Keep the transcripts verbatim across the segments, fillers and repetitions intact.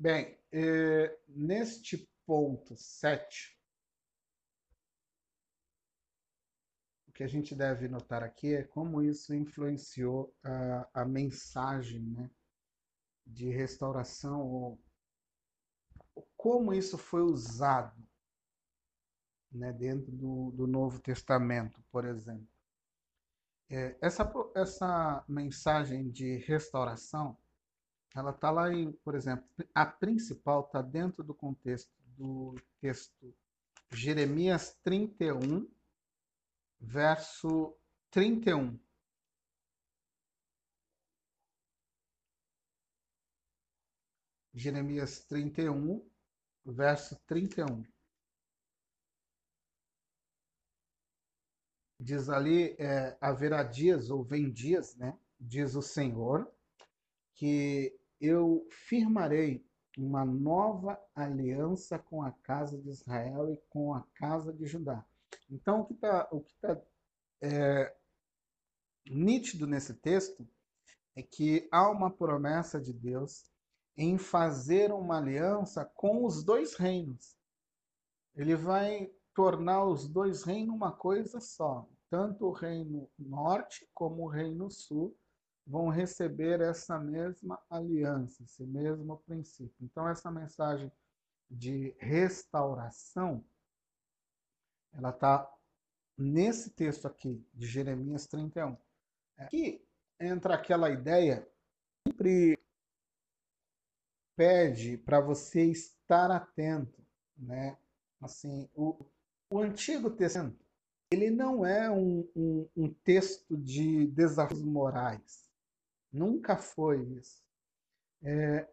Bem, eh, neste ponto sete, o que a gente deve notar aqui é como isso influenciou a, a mensagem, né, de restauração, ou como isso foi usado, né, dentro do, do Novo Testamento, por exemplo. É, essa, essa mensagem de restauração, ela está lá em, por exemplo, a principal está dentro do contexto do texto Jeremias trinta e um, verso trinta e um. Jeremias trinta e um, verso trinta e um. Diz ali, é, haverá dias, ou vem dias, né? Diz o Senhor, que eu firmarei uma nova aliança com a casa de Israel e com a casa de Judá. Então, o que está o que tá, é, nítido nesse texto é que há uma promessa de Deus em fazer uma aliança com os dois reinos. Ele vai tornar os dois reinos uma coisa só. Tanto o reino norte como o reino sul vão receber essa mesma aliança, esse mesmo princípio. Então, essa mensagem de restauração, ela está nesse texto aqui, de Jeremias trinta e um. Aqui entra aquela ideia, sempre pede para você estar atento, né? Assim, o, o Antigo Testamento, ele não é um, um, um texto de desafios morais. Nunca foi isso. É,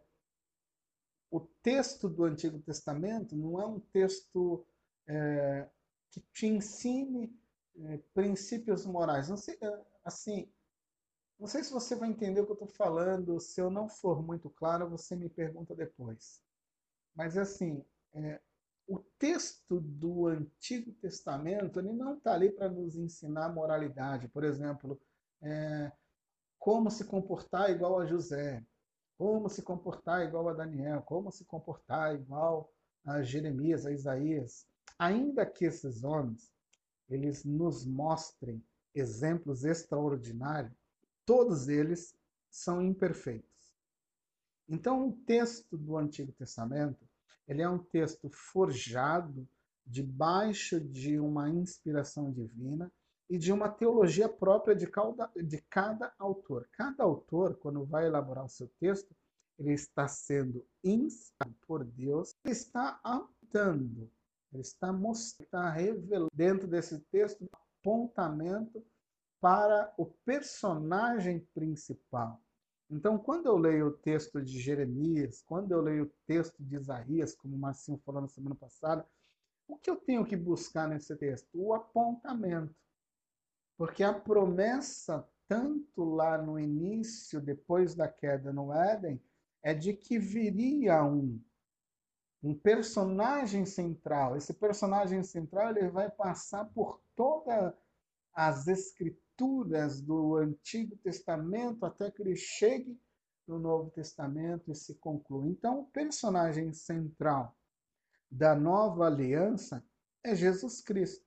o texto do Antigo Testamento não é um texto é, que te ensine é, princípios morais. Não sei, é, assim, não sei se você vai entender o que eu estou falando. Se eu não for muito claro, você me pergunta depois. Mas assim, é, o texto do Antigo Testamento ele não está ali para nos ensinar moralidade. Por exemplo, é, como se comportar igual a José, como se comportar igual a Daniel, como se comportar igual a Jeremias, a Isaías. Ainda que esses homens eles nos mostrem exemplos extraordinários, todos eles são imperfeitos. Então, o texto do Antigo Testamento, ele é um texto forjado debaixo de uma inspiração divina e de uma teologia própria de cada, de cada autor. Cada autor, quando vai elaborar o seu texto, ele está sendo inspirado por Deus, ele está apontando, ele está mostrando, está revelando dentro desse texto apontamento para o personagem principal. Então, quando eu leio o texto de Jeremias, quando eu leio o texto de Isaías, como o Marcinho falou na semana passada, o que eu tenho que buscar nesse texto? O apontamento. Porque a promessa, tanto lá no início, depois da queda no Éden, é de que viria um, um personagem central. Esse personagem central ele vai passar por toda as escrituras do Antigo Testamento até que ele chegue no Novo Testamento e se conclua. Então, o personagem central da nova aliança é Jesus Cristo.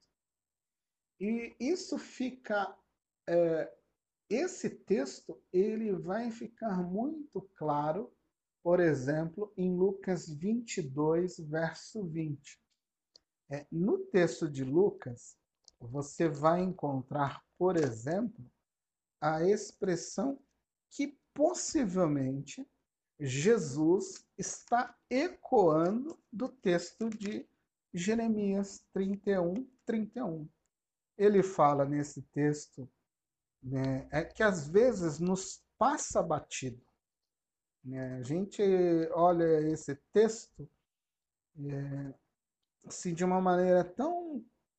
E isso fica, é, esse texto, ele vai ficar muito claro, por exemplo, em Lucas vinte e dois, verso vinte. É, no texto de Lucas, você vai encontrar, por exemplo, a expressão que possivelmente Jesus está ecoando do texto de Jeremias trinta e um, trinta e um. Ele fala nesse texto, né, é que às vezes nos passa batido. Né? A gente olha esse texto é, assim, de uma maneira tão,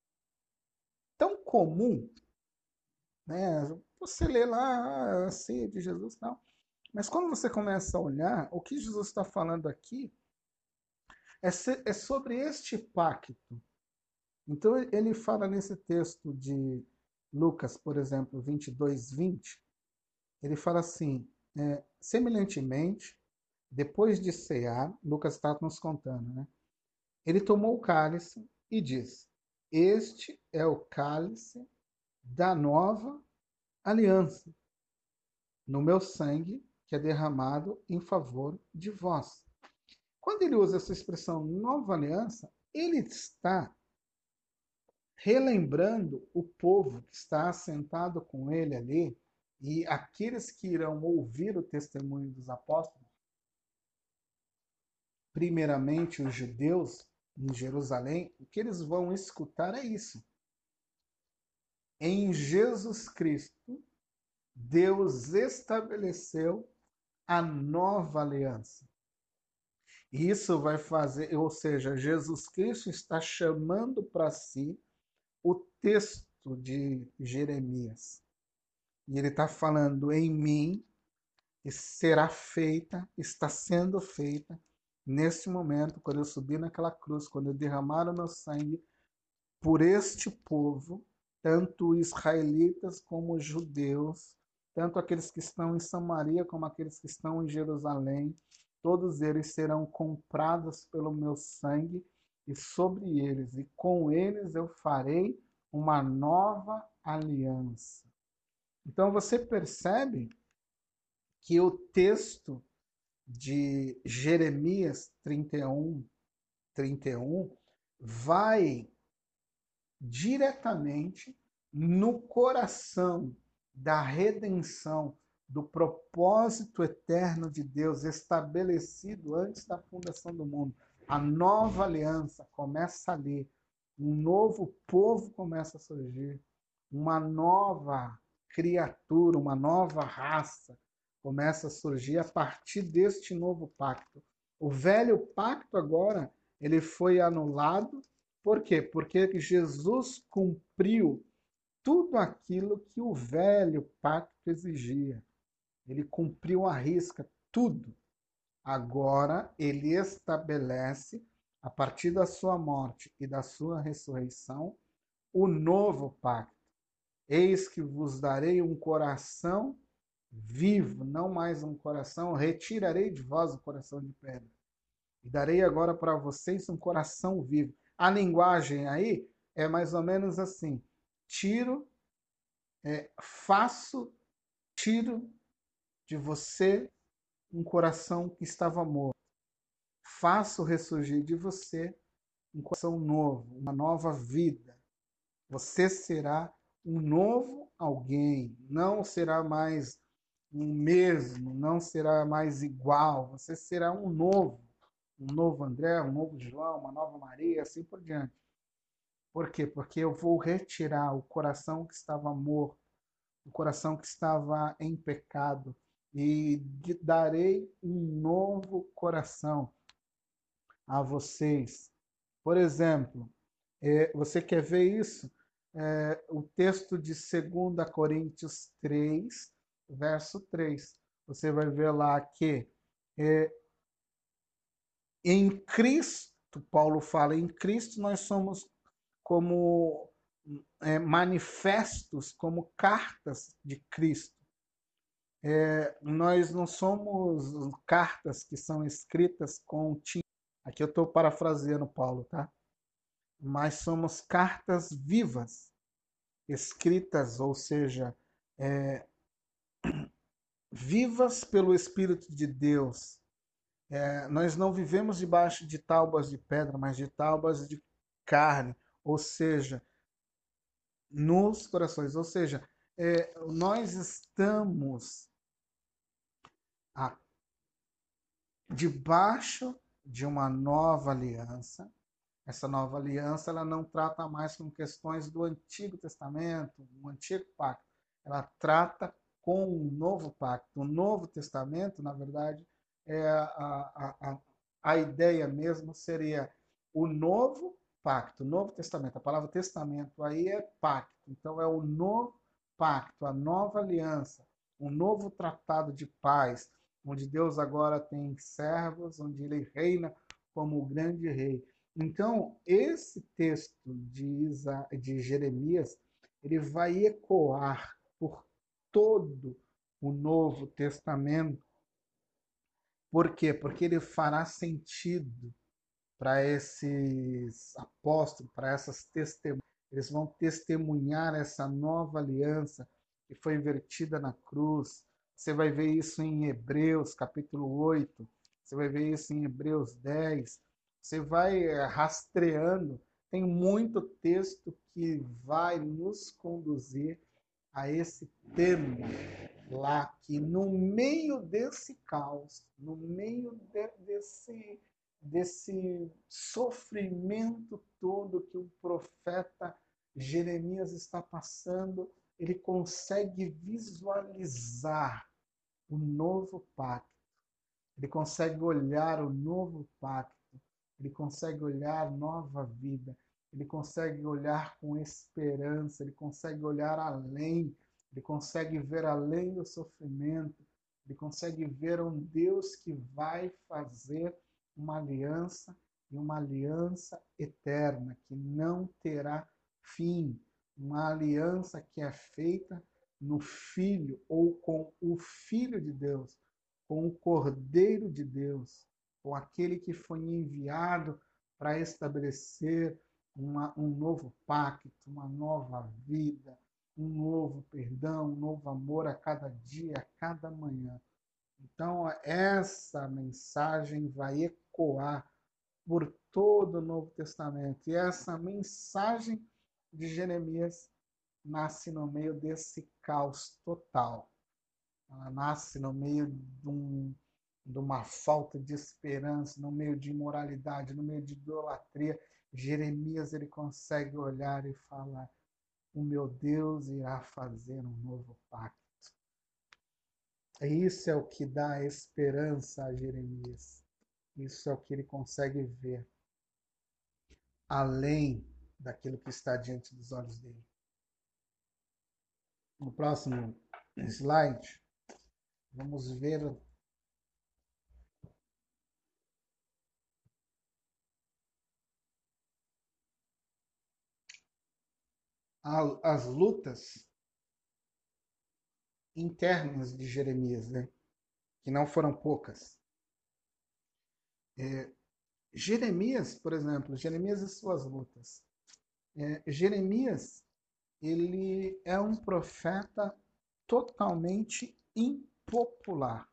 tão comum, né? Você lê lá a ceia de Jesus e tal. Mas quando você começa a olhar, o que Jesus está falando aqui é, se, é sobre este pacto. Então ele fala nesse texto de Lucas, por exemplo, vinte e dois, vinte, ele fala assim, é, semelhantemente, depois de cear, Lucas está nos contando, né? Ele tomou o cálice e disse: Este é o cálice da nova aliança, no meu sangue, que é derramado em favor de vós. Quando ele usa essa expressão nova aliança, ele está relembrando o povo que está assentado com ele ali e aqueles que irão ouvir o testemunho dos apóstolos, primeiramente os judeus em Jerusalém, o que eles vão escutar é isso. Em Jesus Cristo, Deus estabeleceu a nova aliança. E isso vai fazer, ou seja, Jesus Cristo está chamando para si o texto de Jeremias. E ele está falando em mim, e será feita, está sendo feita, nesse momento, quando eu subir naquela cruz, quando eu derramar o meu sangue por este povo, tanto israelitas como judeus, tanto aqueles que estão em Samaria como aqueles que estão em Jerusalém, todos eles serão comprados pelo meu sangue, e sobre eles, e com eles eu farei uma nova aliança. Então você percebe que o texto de Jeremias trinta e um, trinta e um vai diretamente no coração da redenção, do propósito eterno de Deus estabelecido antes da fundação do mundo. A nova aliança começa ali, um novo povo começa a surgir, uma nova criatura, uma nova raça começa a surgir a partir deste novo pacto. O velho pacto agora, ele foi anulado. Por quê? Porque Jesus cumpriu tudo aquilo que o velho pacto exigia. Ele cumpriu à risca tudo. Agora ele estabelece, a partir da sua morte e da sua ressurreição, o novo pacto. Eis que vos darei um coração vivo, não mais um coração, retirarei de vós o coração de pedra. E darei agora para vocês um coração vivo. A linguagem aí é mais ou menos assim: tiro, é, faço, tiro de você um coração que estava morto. Faço ressurgir de você um coração novo, uma nova vida. Você será um novo alguém, não será mais um mesmo, não será mais igual, você será um novo, um novo André, um novo João, uma nova Maria, assim por diante. Por quê? Porque eu vou retirar o coração que estava morto, o coração que estava em pecado, e darei um novo coração a vocês. Por exemplo, é, você quer ver isso? É, o texto de dois Coríntios três, verso três. Você vai ver lá que é, em Cristo, Paulo fala, em Cristo nós somos como é, manifestos, como cartas de Cristo. É, nós não somos cartas que são escritas com tinta. Aqui eu estou parafraseando Paulo, tá? Mas somos cartas vivas, escritas, ou seja, é, vivas pelo Espírito de Deus. É, nós não vivemos debaixo de tábuas de pedra, mas de tábuas de carne, ou seja, nos corações. Ou seja, é, nós estamos a, debaixo de uma nova aliança. Essa nova aliança ela não trata mais com questões do Antigo Testamento, o Antigo Pacto. Ela trata com o Novo Pacto. O Novo Testamento, na verdade, é a, a, a, a ideia mesmo seria o Novo Pacto, o Novo Testamento. A palavra testamento aí é pacto. Então, é o novo pacto, a nova aliança, um novo tratado de paz, onde Deus agora tem servos, onde ele reina como o grande rei. Então, esse texto de, Isa, de Jeremias, ele vai ecoar por todo o Novo Testamento, Por quê? Porque ele fará sentido para esses apóstolos, para essas testemunhas. Eles vão testemunhar essa nova aliança que foi invertida na cruz. Você vai ver isso em Hebreus, capítulo oito. Você vai ver isso em Hebreus dez. Você vai rastreando. Tem muito texto que vai nos conduzir a esse tema lá, que no meio desse caos, no meio de, desse, desse sofrimento todo que o profeta Jeremias está passando, ele consegue visualizar o novo pacto, ele consegue olhar o novo pacto, ele consegue olhar nova vida, ele consegue olhar com esperança, ele consegue olhar além, ele consegue ver além do sofrimento, ele consegue ver um Deus que vai fazer uma aliança, e uma aliança eterna, que não terá fim, uma aliança que é feita no Filho, ou com o Filho de Deus, com o Cordeiro de Deus, com aquele que foi enviado para estabelecer uma, um novo pacto, uma nova vida, um novo perdão, um novo amor a cada dia, a cada manhã. Então, essa mensagem vai ecoar por todo o Novo Testamento. E essa mensagem de Jeremias nasce no meio desse caos total. Ela nasce no meio de, um, de uma falta de esperança, no meio de imoralidade, no meio de idolatria. Jeremias ele consegue olhar e falar: o meu Deus irá fazer um novo pacto. Isso é o que dá esperança a Jeremias. Isso é o que ele consegue ver além daquilo que está diante dos olhos dele. No próximo slide, vamos ver as lutas internas de Jeremias, né? Que não foram poucas. É, Jeremias, por exemplo, Jeremias e suas lutas. É, Jeremias, ele é um profeta totalmente impopular.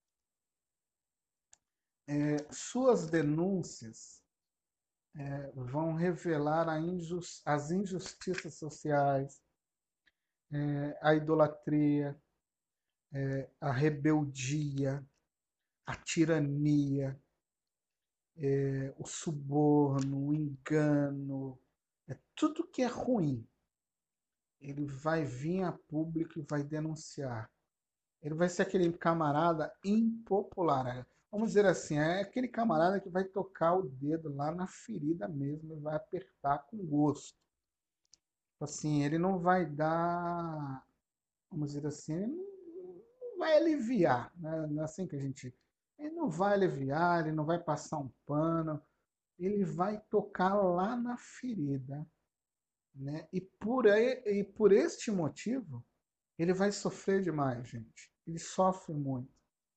É, suas denúncias é, vão revelar a injust, as injustiças sociais, é, a idolatria, é, a rebeldia, a tirania, é, o suborno, o engano, é tudo que é ruim. Ele vai vir a público e vai denunciar. Ele vai ser aquele camarada impopular. Vamos dizer assim, é aquele camarada que vai tocar o dedo lá na ferida mesmo e vai apertar com gosto. Assim, ele não vai dar, vamos dizer assim, ele não vai aliviar, né? Não é assim que a gente... Ele não vai aliviar, ele não vai passar um pano, ele vai tocar lá na ferida, né? E por, aí, e por este motivo, ele vai sofrer demais, gente. Ele sofre muito.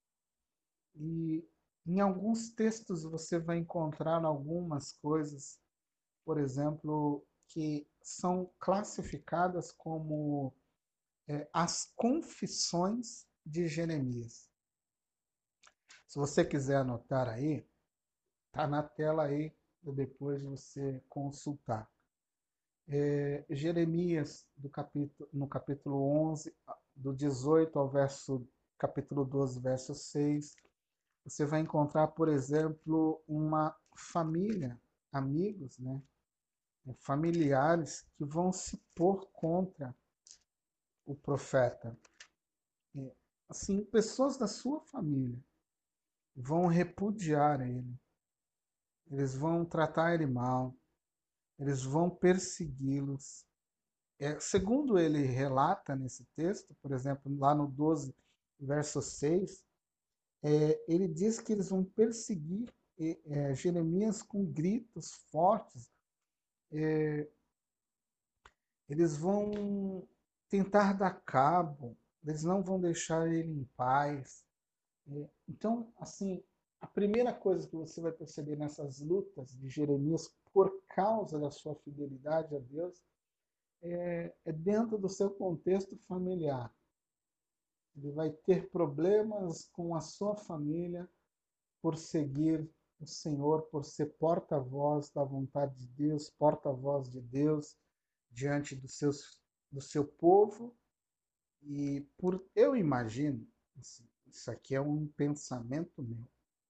E em alguns textos você vai encontrar algumas coisas, por exemplo, que são classificadas como é, as confissões de Jeremias. Se você quiser anotar aí, tá na tela aí, depois você consultar. É, Jeremias, do capítulo, no capítulo onze, do dezoito ao verso, capítulo doze, verso seis, você vai encontrar, por exemplo, uma família, amigos, né, familiares que vão se pôr contra o profeta. É, assim, pessoas da sua família vão repudiar ele, eles vão tratar ele mal, eles vão persegui-los. É, segundo ele relata nesse texto, por exemplo, lá no doze, verso seis, é, ele diz que eles vão perseguir é, Jeremias com gritos fortes. É, eles vão tentar dar cabo, eles não vão deixar ele em paz. É, então, assim, A primeira coisa que você vai perceber nessas lutas de Jeremias por causa da sua fidelidade a Deus é, é dentro do seu contexto familiar. Ele vai ter problemas com a sua família por seguir o Senhor, por ser porta-voz da vontade de Deus, porta-voz de Deus diante dos seus, do seu povo. E por eu imagino, assim, isso aqui é um pensamento meu,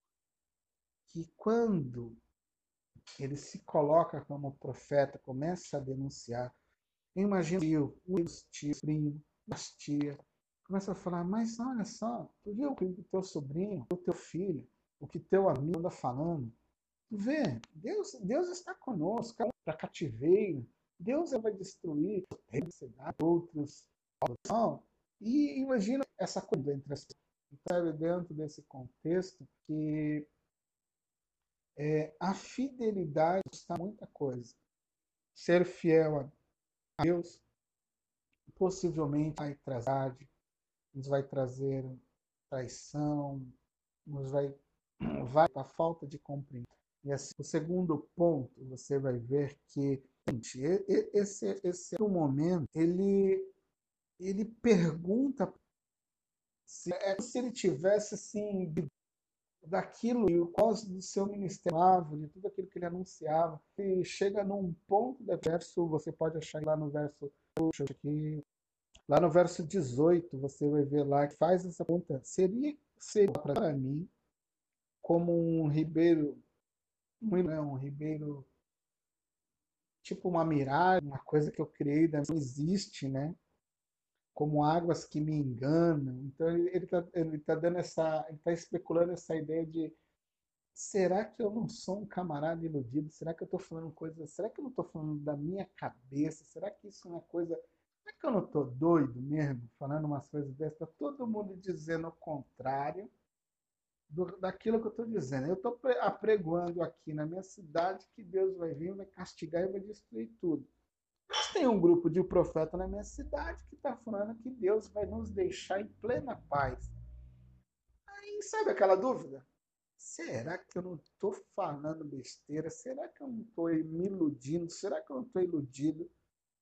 que quando ele se coloca como profeta, começa a denunciar, eu imagino que os tios, primo, as tias, começa a falar, mas olha só, tu viu o que o teu sobrinho, o teu filho, o que teu amigo anda falando? Tu vê, Deus, Deus está conosco, para cativeiro, Deus vai destruir outros. Não. E imagina essa coisa entre as pessoas. Então, dentro desse contexto, que é, a fidelidade está muita coisa. Ser fiel a Deus possivelmente vai trazer, nos vai trazer traição, nos vai, vai a falta de compreensão. E assim, o segundo ponto, você vai ver que gente, esse, esse é o momento, ele, ele pergunta se, é como se ele tivesse assim daquilo e o causa do seu ministério, de tudo aquilo que ele anunciava. E chega num ponto do verso, você pode achar lá no verso aqui, lá no verso dezoito, você vai ver lá que faz essa pergunta: seria, seria para mim como um ribeiro, um, um ribeiro tipo uma miragem, uma coisa que eu criei, não existe, né? Como águas que me enganam. Então ele está ele tá dando essa, ele está especulando essa ideia de será que eu não sou um camarada iludido? Será que eu estou falando coisas? Será que eu não estou falando da minha cabeça? Será que isso não é coisa? Será que eu não estou doido mesmo falando umas coisas dessas? Está todo mundo dizendo o contrário do, daquilo que eu estou dizendo. Eu estou apregoando aqui na minha cidade que Deus vai vir, vai castigar e vai destruir tudo. Mas tem um grupo de profeta na minha cidade que está falando que Deus vai nos deixar em plena paz. Aí sabe aquela dúvida? Será que eu não estou falando besteira? Será que eu não estou me iludindo? Será que eu não estou iludido?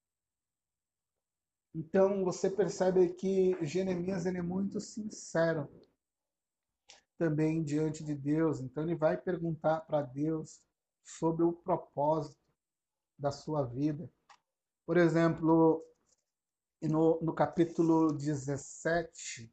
Então você percebe que Jeremias ele é muito sincero também diante de Deus. Então ele vai perguntar para Deus sobre o propósito da sua vida. Por exemplo, no, no capítulo dezessete,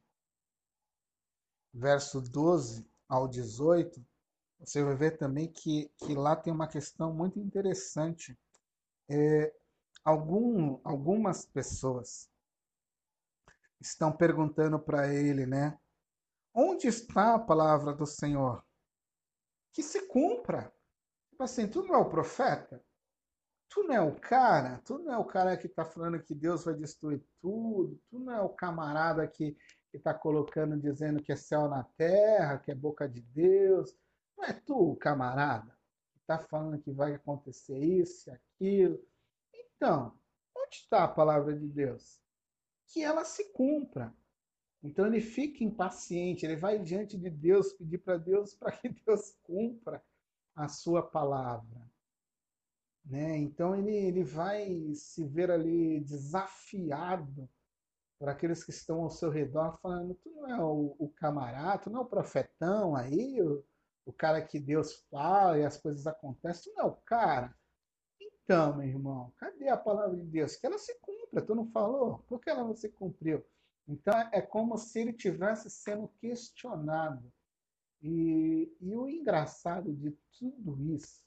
verso doze ao dezoito, você vai ver também que, que lá tem uma questão muito interessante. É, algum, algumas pessoas estão perguntando para ele, né? Onde está a palavra do Senhor? Que se cumpra. Tipo assim, tu não é o profeta? Tu não é o cara? Tu não é o cara que está falando que Deus vai destruir tudo? Tu não é o camarada que está colocando, dizendo que é céu na terra, que é boca de Deus? Não é tu o camarada que está falando que vai acontecer isso e aquilo? Então, onde está a palavra de Deus? Que ela se cumpra. Então ele fica impaciente, ele vai diante de Deus pedir para Deus para que Deus cumpra a sua palavra. Né? Então ele, ele vai se ver ali desafiado por aqueles que estão ao seu redor, falando: tu não é o, o camarada, tu não é o profetão aí, o, o cara que Deus fala e as coisas acontecem, tu não é o cara. Então, meu irmão, cadê a palavra de Deus? Que ela se cumpra, tu não falou? Por que ela não se cumpriu? Então, é como se ele tivesse sendo questionado. E, e o engraçado de tudo isso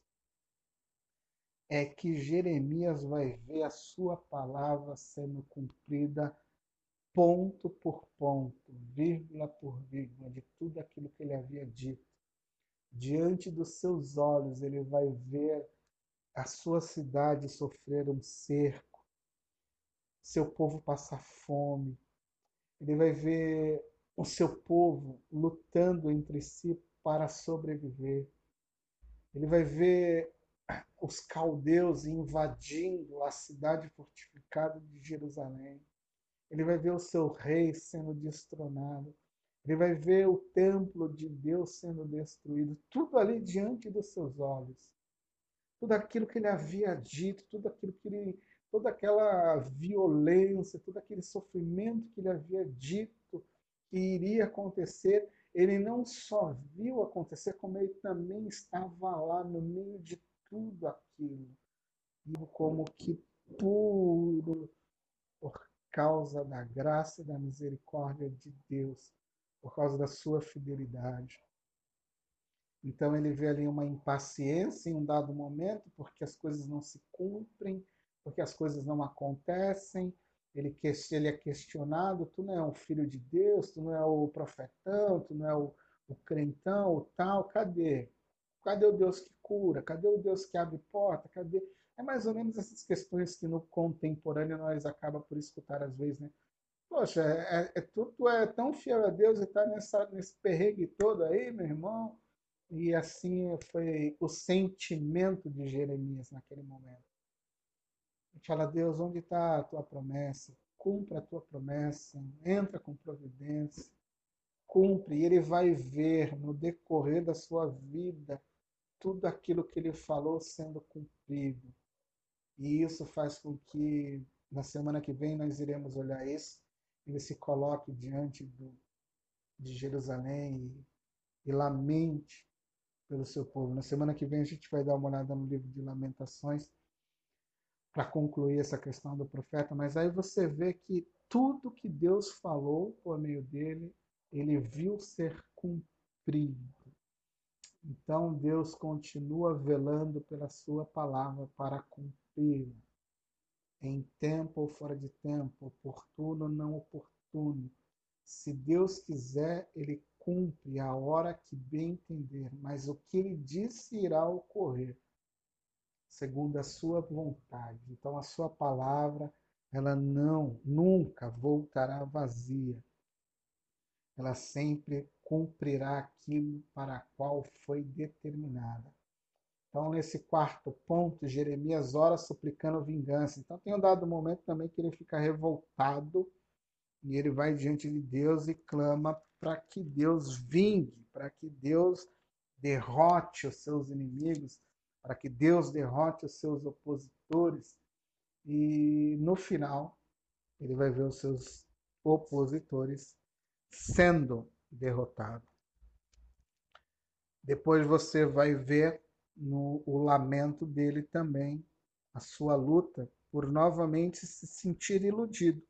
é que Jeremias vai ver a sua palavra sendo cumprida ponto por ponto, vírgula por vírgula, de tudo aquilo que ele havia dito. Diante dos seus olhos, ele vai ver a sua cidade sofrer um cerco, seu povo passar fome. Ele vai ver o seu povo lutando entre si para sobreviver. Ele vai ver os caldeus invadindo a cidade fortificada de Jerusalém. Ele vai ver o seu rei sendo destronado. Ele vai ver o templo de Deus sendo destruído, tudo ali diante dos seus olhos. Tudo aquilo que ele havia dito, tudo aquilo que ele, toda aquela violência, todo aquele sofrimento que ele havia dito que iria acontecer, ele não só viu acontecer, como ele também estava lá no meio de tudo aquilo. E como que puro por causa da graça e da misericórdia de Deus, por causa da sua fidelidade. Então ele vê ali uma impaciência em um dado momento, porque as coisas não se cumprem, porque as coisas não acontecem. Ele, ele é questionado: tu não é um filho de Deus, tu não é o profetão, tu não é o, o crentão, o tal, cadê? Cadê o Deus que cura? Cadê o Deus que abre porta? Cadê? É mais ou menos essas questões que no contemporâneo nós acaba por escutar às vezes, né? Poxa, é, é, tu, tu é tão fiel a Deus e tá nessa, nesse perrengue todo aí, meu irmão. E assim foi o sentimento de Jeremias naquele momento. Ele fala: Deus, onde está a tua promessa? Cumpra a tua promessa, entra com providência, cumpre. E ele vai ver no decorrer da sua vida tudo aquilo que ele falou sendo cumprido. E isso faz com que na semana que vem nós iremos olhar isso, ele se coloque diante do, de Jerusalém e, e lamente pelo seu povo. Na semana que vem a gente vai dar uma olhada no livro de Lamentações para concluir essa questão do profeta, mas aí você vê que tudo que Deus falou por meio dele, ele viu ser cumprido. Então Deus continua velando pela sua palavra para cumprir em tempo ou fora de tempo, oportuno ou não oportuno. Se Deus quiser, ele cumpre a hora que bem entender, mas o que ele disse irá ocorrer, segundo a sua vontade. Então a sua palavra, ela não, nunca voltará vazia. Ela sempre cumprirá aquilo para a qual foi determinada. Então, nesse quarto ponto, Jeremias ora suplicando vingança. Então, tem um dado momento também que ele fica revoltado e ele vai diante de Deus e clama para que Deus vingue, para que Deus derrote os seus inimigos, para que Deus derrote os seus opositores. E no final, ele vai ver os seus opositores sendo derrotados. Depois você vai ver no o lamento dele também, a sua luta por novamente se sentir iludido.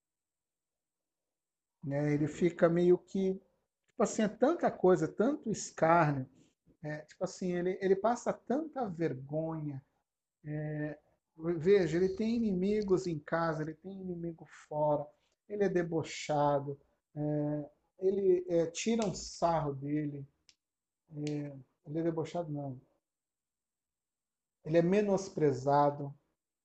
Né? Ele fica meio que, tipo assim, é tanta coisa, tanto escárnio, é, tipo assim, ele, ele passa tanta vergonha. É, veja, ele tem inimigos em casa, ele tem inimigo fora, ele é debochado, é, ele é, tira um sarro dele, é, ele é debochado não, ele é menosprezado,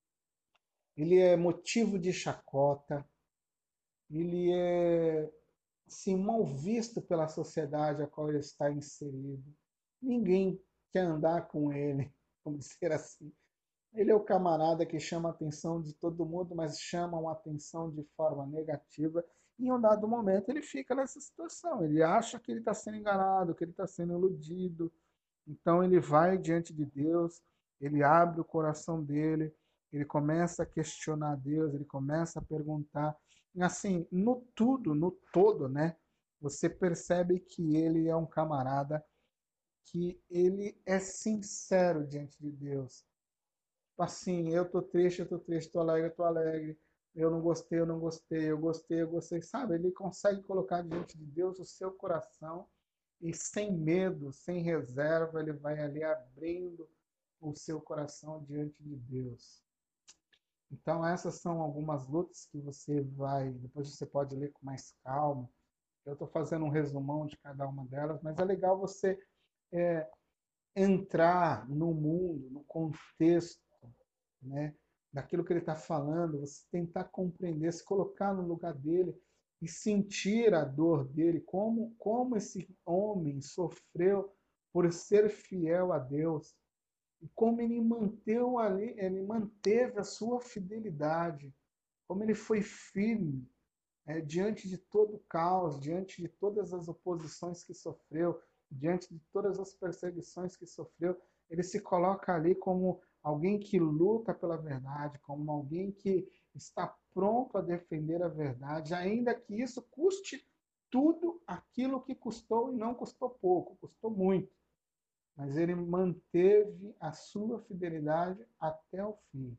ele é motivo de chacota, ele é assim, mal visto pela sociedade a qual ele está inserido. Ninguém quer andar com ele, vamos dizer assim. Ele é o camarada que chama a atenção de todo mundo, mas chama a atenção de forma negativa. E em um dado momento ele fica nessa situação. Ele acha que ele está sendo enganado, que ele está sendo iludido. Então ele vai diante de Deus, ele abre o coração dele, ele começa a questionar Deus, ele começa a perguntar. E assim, no tudo, no todo, né? Você percebe que ele é um camarada que ele é sincero diante de Deus. Assim, eu tô triste, eu tô triste, tô alegre, eu tô alegre. Eu não gostei, eu não gostei, eu gostei, eu gostei. Sabe, ele consegue colocar diante de Deus o seu coração e sem medo, sem reserva, ele vai ali abrindo o seu coração diante de Deus. Então, essas são algumas lutas que você vai, depois você pode ler com mais calma. Eu estou fazendo um resumão de cada uma delas, mas é legal você é, entrar no mundo, no contexto, né, daquilo que ele está falando, você tentar compreender, se colocar no lugar dele e sentir a dor dele, como, como esse homem sofreu por ser fiel a Deus, e como ele manteve ali, ele manteve a sua fidelidade, como ele foi firme, é, diante de todo o caos, diante de todas as oposições que sofreu, diante de todas as perseguições que sofreu, ele se coloca ali como alguém que luta pela verdade, como alguém que está pronto a defender a verdade, ainda que isso custe tudo aquilo que custou, e não custou pouco, custou muito. Mas ele manteve a sua fidelidade até o fim.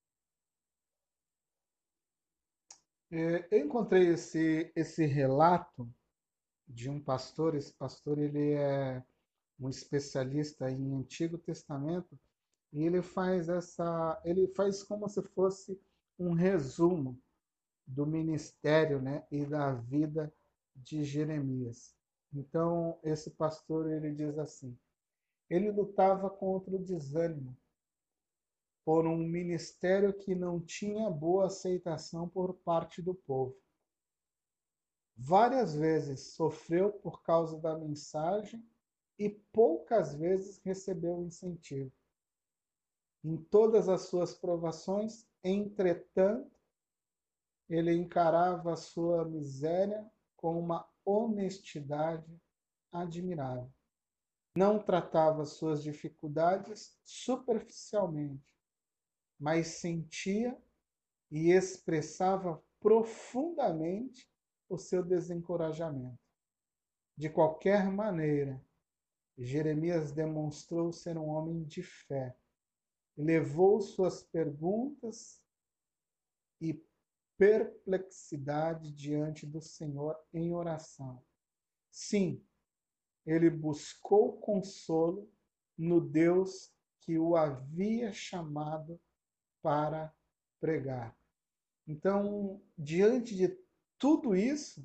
Eu encontrei esse, esse relato de um pastor. Esse pastor ele é um especialista em Antigo Testamento, e ele faz essa, ele faz como se fosse um resumo do ministério, né, e da vida de Jeremias. Então, esse pastor ele diz assim: ele lutava contra o desânimo por um ministério que não tinha boa aceitação por parte do povo. Várias vezes sofreu por causa da mensagem e poucas vezes recebeu incentivo. Em todas as suas provações, entretanto, ele encarava a sua miséria com uma honestidade admirável. Não tratava suas dificuldades superficialmente, mas sentia e expressava profundamente o seu desencorajamento. De qualquer maneira, Jeremias demonstrou ser um homem de fé. Levou suas perguntas e perplexidade diante do Senhor em oração. Sim, ele buscou consolo no Deus que o havia chamado para pregar. Então, diante de tudo isso,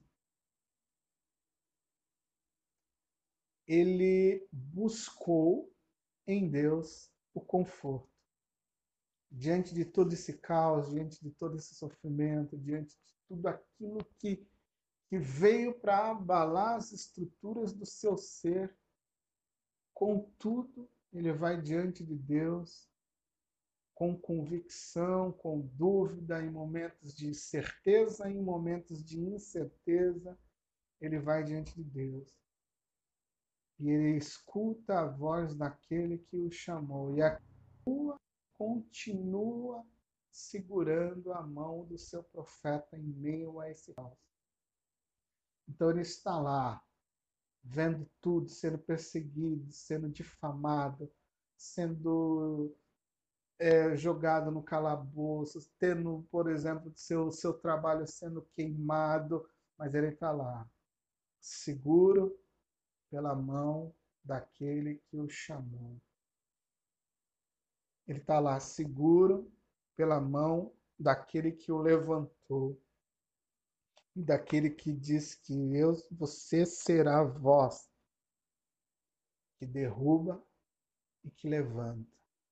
ele buscou em Deus o conforto. Diante de todo esse caos, diante de todo esse sofrimento, diante de tudo aquilo que, que veio para abalar as estruturas do seu ser, contudo, ele vai diante de Deus com convicção, com dúvida, em momentos de certeza, em momentos de incerteza, ele vai diante de Deus. E ele escuta a voz daquele que o chamou, e a rua continua segurando a mão do seu profeta em meio a esse caos. Então ele está lá, vendo tudo, sendo perseguido, sendo difamado, sendo é, jogado no calabouço, tendo, por exemplo, seu, seu trabalho sendo queimado, mas ele está lá, seguro pela mão daquele que o chamou. Ele está lá, seguro pela mão daquele que o levantou, e daquele que diz que eu, você será a voz que derruba e que levanta.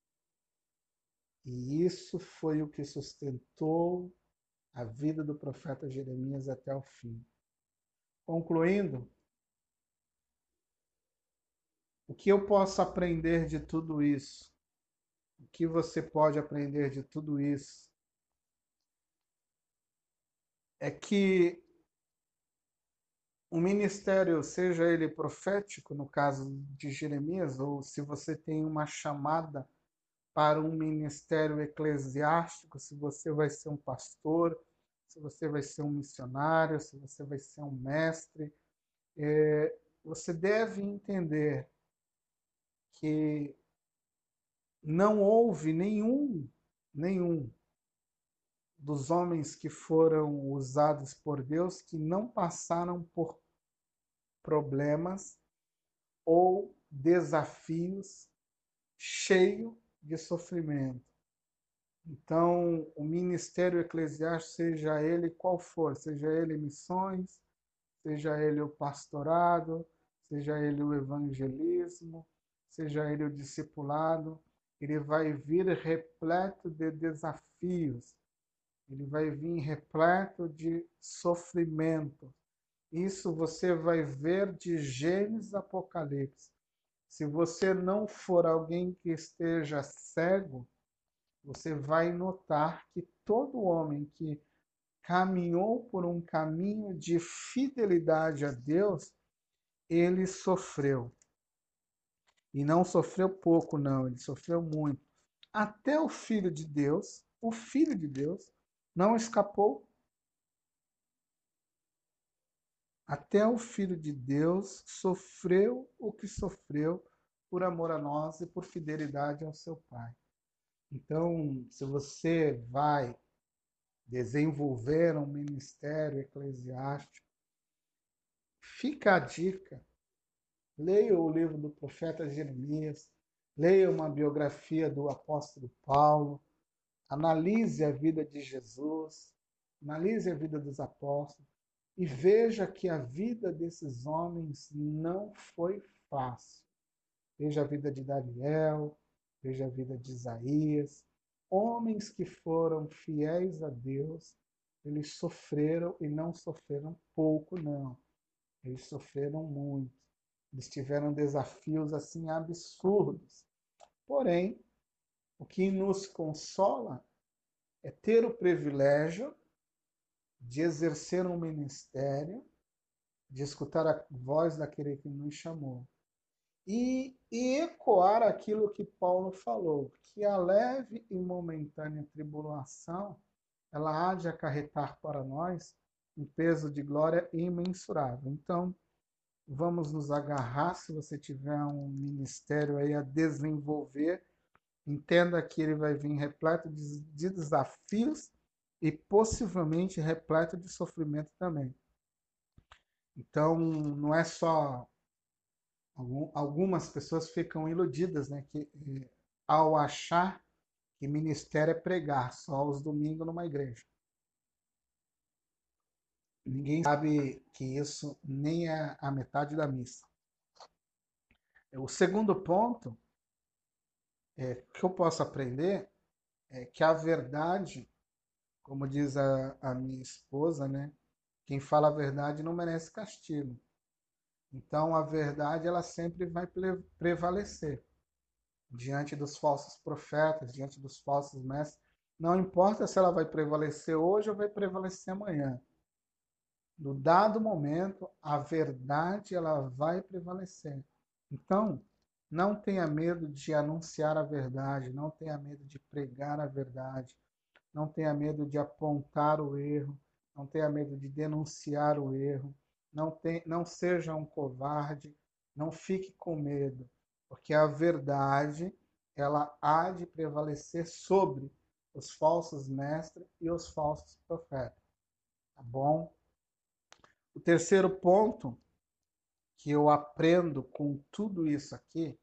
E isso foi o que sustentou a vida do profeta Jeremias até o fim. Concluindo, o que eu posso aprender de tudo isso? O que você pode aprender de tudo isso? É que o ministério, seja ele profético, no caso de Jeremias, ou se você tem uma chamada para um ministério eclesiástico, se você vai ser um pastor, se você vai ser um missionário, se você vai ser um mestre, é, você deve entender que não houve nenhum, nenhum dos homens que foram usados por Deus que não passaram por problemas ou desafios cheio de sofrimento. Então, o ministério eclesiástico, seja ele qual for, seja ele missões, seja ele o pastorado, seja ele o evangelismo, seja ele o discipulado, ele vai vir repleto de desafios, ele vai vir repleto de sofrimento. Isso você vai ver de Gênesis a Apocalipse. Se você não for alguém que esteja cego, você vai notar que todo homem que caminhou por um caminho de fidelidade a Deus, ele sofreu. E não sofreu pouco, não, ele sofreu muito. Até o Filho de Deus, o Filho de Deus, não escapou. Até o Filho de Deus sofreu o que sofreu por amor a nós e por fidelidade ao seu Pai. Então, se você vai desenvolver um ministério eclesiástico, fica a dica. Leia o livro do profeta Jeremias, leia uma biografia do apóstolo Paulo, analise a vida de Jesus, analise a vida dos apóstolos e veja que a vida desses homens não foi fácil. Veja a vida de Daniel, veja a vida de Isaías, homens que foram fiéis a Deus, eles sofreram e não sofreram pouco, não. Eles sofreram muito. Eles tiveram desafios assim absurdos. Porém, o que nos consola é ter o privilégio de exercer um ministério, de escutar a voz daquele que nos chamou. E, e ecoar aquilo que Paulo falou, que a leve e momentânea tribulação, ela há de acarretar para nós um peso de glória imensurável. Então, vamos nos agarrar, se você tiver um ministério aí a desenvolver, entenda que ele vai vir repleto de, de desafios e possivelmente repleto de sofrimento também. Então, não é só... Algumas pessoas ficam iludidas, né, que, ao achar que ministério é pregar só aos domingos numa igreja. Ninguém sabe que isso nem é a metade da missa. O segundo ponto é, que eu posso aprender é que a verdade, como diz a, a minha esposa, né, quem fala a verdade não merece castigo. Então a verdade ela sempre vai prevalecer diante dos falsos profetas, diante dos falsos mestres. Não importa se ela vai prevalecer hoje ou vai prevalecer amanhã. No dado momento, a verdade ela vai prevalecer. Então, não tenha medo de anunciar a verdade, não tenha medo de pregar a verdade, não tenha medo de apontar o erro, não tenha medo de denunciar o erro, não, tem, não seja um covarde, não fique com medo, porque a verdade ela há de prevalecer sobre os falsos mestres e os falsos profetas. Tá bom? O terceiro ponto que eu aprendo com tudo isso aqui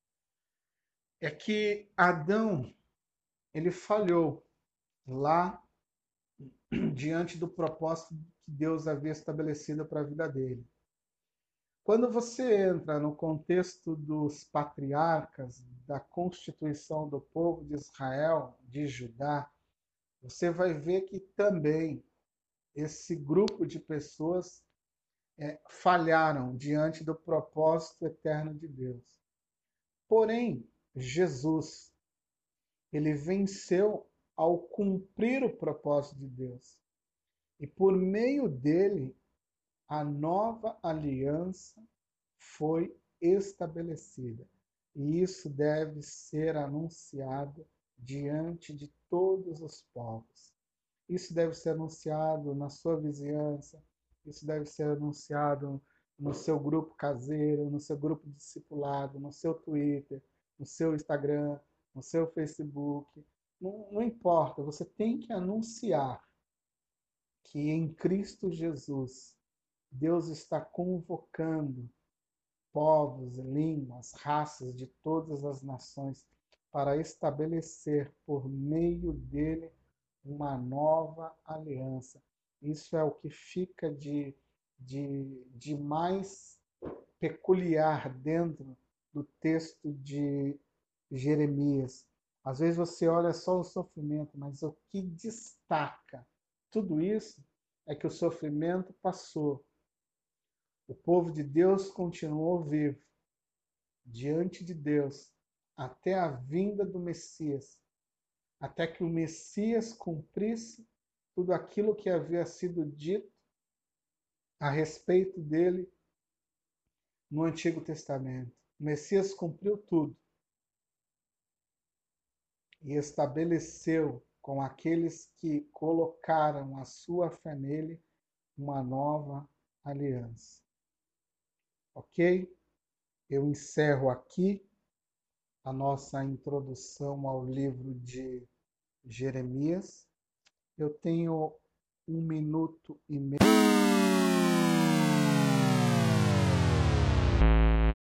é que Adão ele falhou lá diante do propósito que Deus havia estabelecido para a vida dele. Quando você entra no contexto dos patriarcas, da constituição do povo de Israel, de Judá, você vai ver que também esse grupo de pessoas é, falharam diante do propósito eterno de Deus. Porém, Jesus, ele venceu ao cumprir o propósito de Deus. E por meio dele, a nova aliança foi estabelecida. E isso deve ser anunciado diante de todos os povos. Isso deve ser anunciado na sua vizinhança, isso deve ser anunciado no seu grupo caseiro, no seu grupo discipulado, no seu Twitter, no seu Instagram, no seu Facebook. Não, não importa, você tem que anunciar que em Cristo Jesus, Deus está convocando povos, línguas, raças de todas as nações para estabelecer por meio dele uma nova aliança. Isso é o que fica de, de, de mais peculiar dentro do texto de Jeremias. Às vezes você olha só o sofrimento, mas o que destaca tudo isso é que o sofrimento passou. O povo de Deus continuou vivo diante de Deus até a vinda do Messias, até que o Messias cumprisse tudo aquilo que havia sido dito a respeito dele no Antigo Testamento. O Messias cumpriu tudo e estabeleceu com aqueles que colocaram a sua fé nele uma nova aliança. Ok? Eu encerro aqui a nossa introdução ao livro de Jeremias. Eu tenho um minuto e meio.